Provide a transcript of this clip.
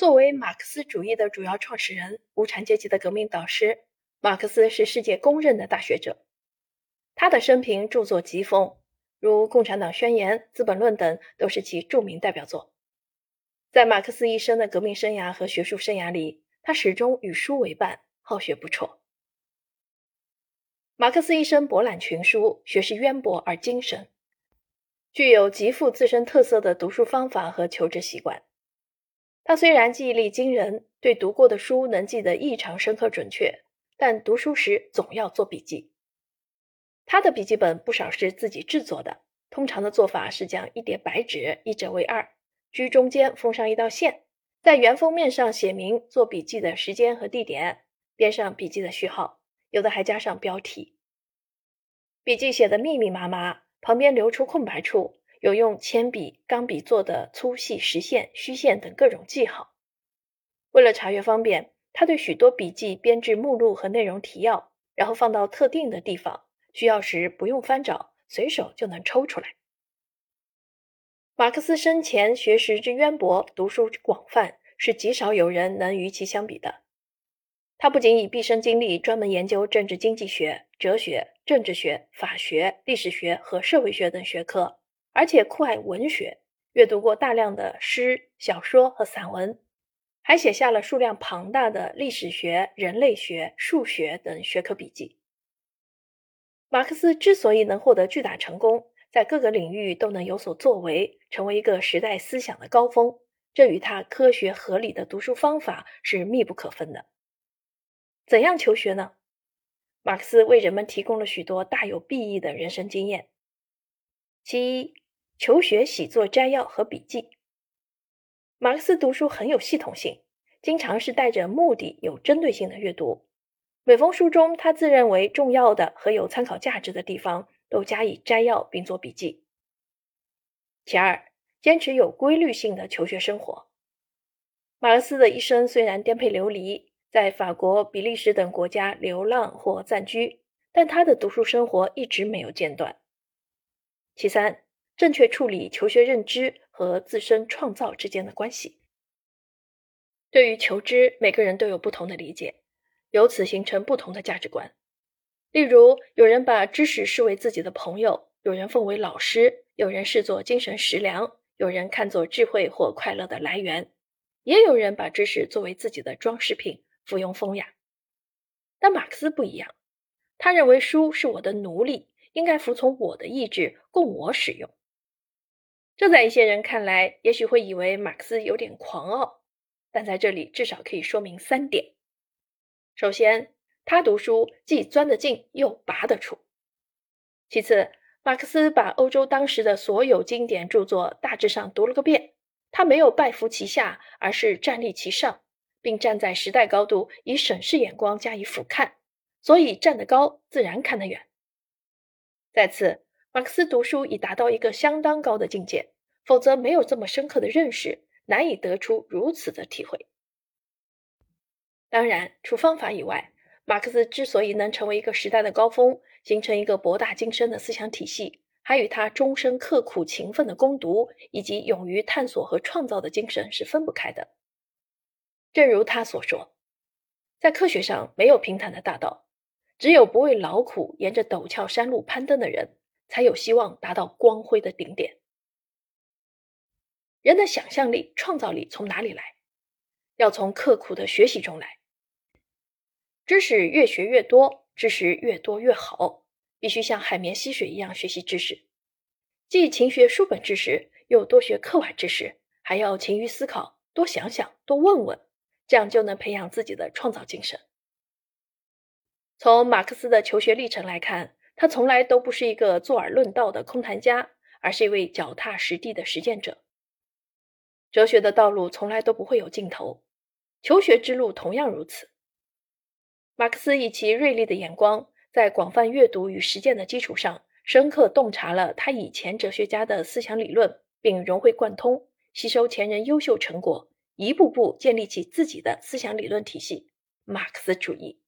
作为马克思主义的主要创始人、无产阶级的革命导师，马克思是世界公认的大学者。他的生平著作极丰，如《共产党宣言》《资本论》等都是其著名代表作。在马克思一生的革命生涯和学术生涯里，他始终与书为伴，好学不辍。马克思一生博览群书，学识渊博而精深，具有极富自身特色的读书方法和求知习惯。他虽然记忆力惊人，对读过的书能记得异常深刻准确，但读书时总要做笔记。他的笔记本不少是自己制作的，通常的做法是将一叠白纸一折为二，居中间封上一道线，在原封面上写明做笔记的时间和地点，边上笔记的序号，有的还加上标题。笔记写得密密麻麻，旁边留出空白处，有用铅笔、钢笔做的粗细实线、虚线等各种记号。为了查阅方便，他对许多笔记编制目录和内容提要，然后放到特定的地方，需要时不用翻找，随手就能抽出来。马克思生前学识之渊博，读书之广泛，是极少有人能与其相比的。他不仅以毕生精力专门研究政治经济学、哲学、政治学、法学、历史学和社会学等学科，而且酷爱文学，阅读过大量的诗、小说和散文，还写下了数量庞大的历史学、人类学、数学等学科笔记。马克思之所以能获得巨大成功，在各个领域都能有所作为，成为一个时代思想的高峰，这与他科学合理的读书方法是密不可分的。怎样求学呢？马克思为人们提供了许多大有裨益的人生经验。其一，求学习作摘要和笔记。马克思读书很有系统性，经常是带着目的、有针对性的阅读。每封书中，他自认为重要的和有参考价值的地方，都加以摘要并做笔记。其二，坚持有规律性的求学生活。马克思的一生虽然颠沛流离，在法国、比利时等国家流浪或暂居，但他的读书生活一直没有间断。其三，正确处理求学认知和自身创造之间的关系。对于求知，每个人都有不同的理解，由此形成不同的价值观。例如，有人把知识视为自己的朋友，有人奉为老师，有人视作精神食粮，有人看作智慧或快乐的来源，也有人把知识作为自己的装饰品，附庸风雅。但马克思不一样，他认为书是我的奴隶，应该服从我的意志，供我使用。这在一些人看来，也许会以为马克思有点狂傲，但在这里至少可以说明3点。首先，他读书既钻得进又拔得出。其次，马克思把欧洲当时的所有经典著作大致上读了个遍，他没有拜服其下，而是站立其上，并站在时代高度以审视眼光加以俯瞰，所以站得高，自然看得远。再次，马克思读书已达到一个相当高的境界，否则没有这么深刻的认识，难以得出如此的体会。当然，除方法以外，马克思之所以能成为一个时代的高峰，形成一个博大精深的思想体系，还与他终身刻苦勤奋的攻读以及勇于探索和创造的精神是分不开的。正如他所说，在科学上没有平坦的大道，只有不畏劳苦沿着陡峭山路攀登的人，才有希望达到光辉的顶点。人的想象力、创造力从哪里来？要从刻苦的学习中来。知识越学越多，知识越多越好，必须像海绵吸水一样学习知识。既勤学书本知识，又多学课外知识，还要勤于思考，多想想，多问问，这样就能培养自己的创造精神。从马克思的求学历程来看，他从来都不是一个坐而论道的空谈家，而是一位脚踏实地的实践者。哲学的道路从来都不会有尽头，求学之路同样如此。马克思以其锐利的眼光，在广泛阅读与实践的基础上，深刻洞察了他以前哲学家的思想理论，并融会贯通，吸收前人优秀成果，一步步建立起自己的思想理论体系——马克思主义。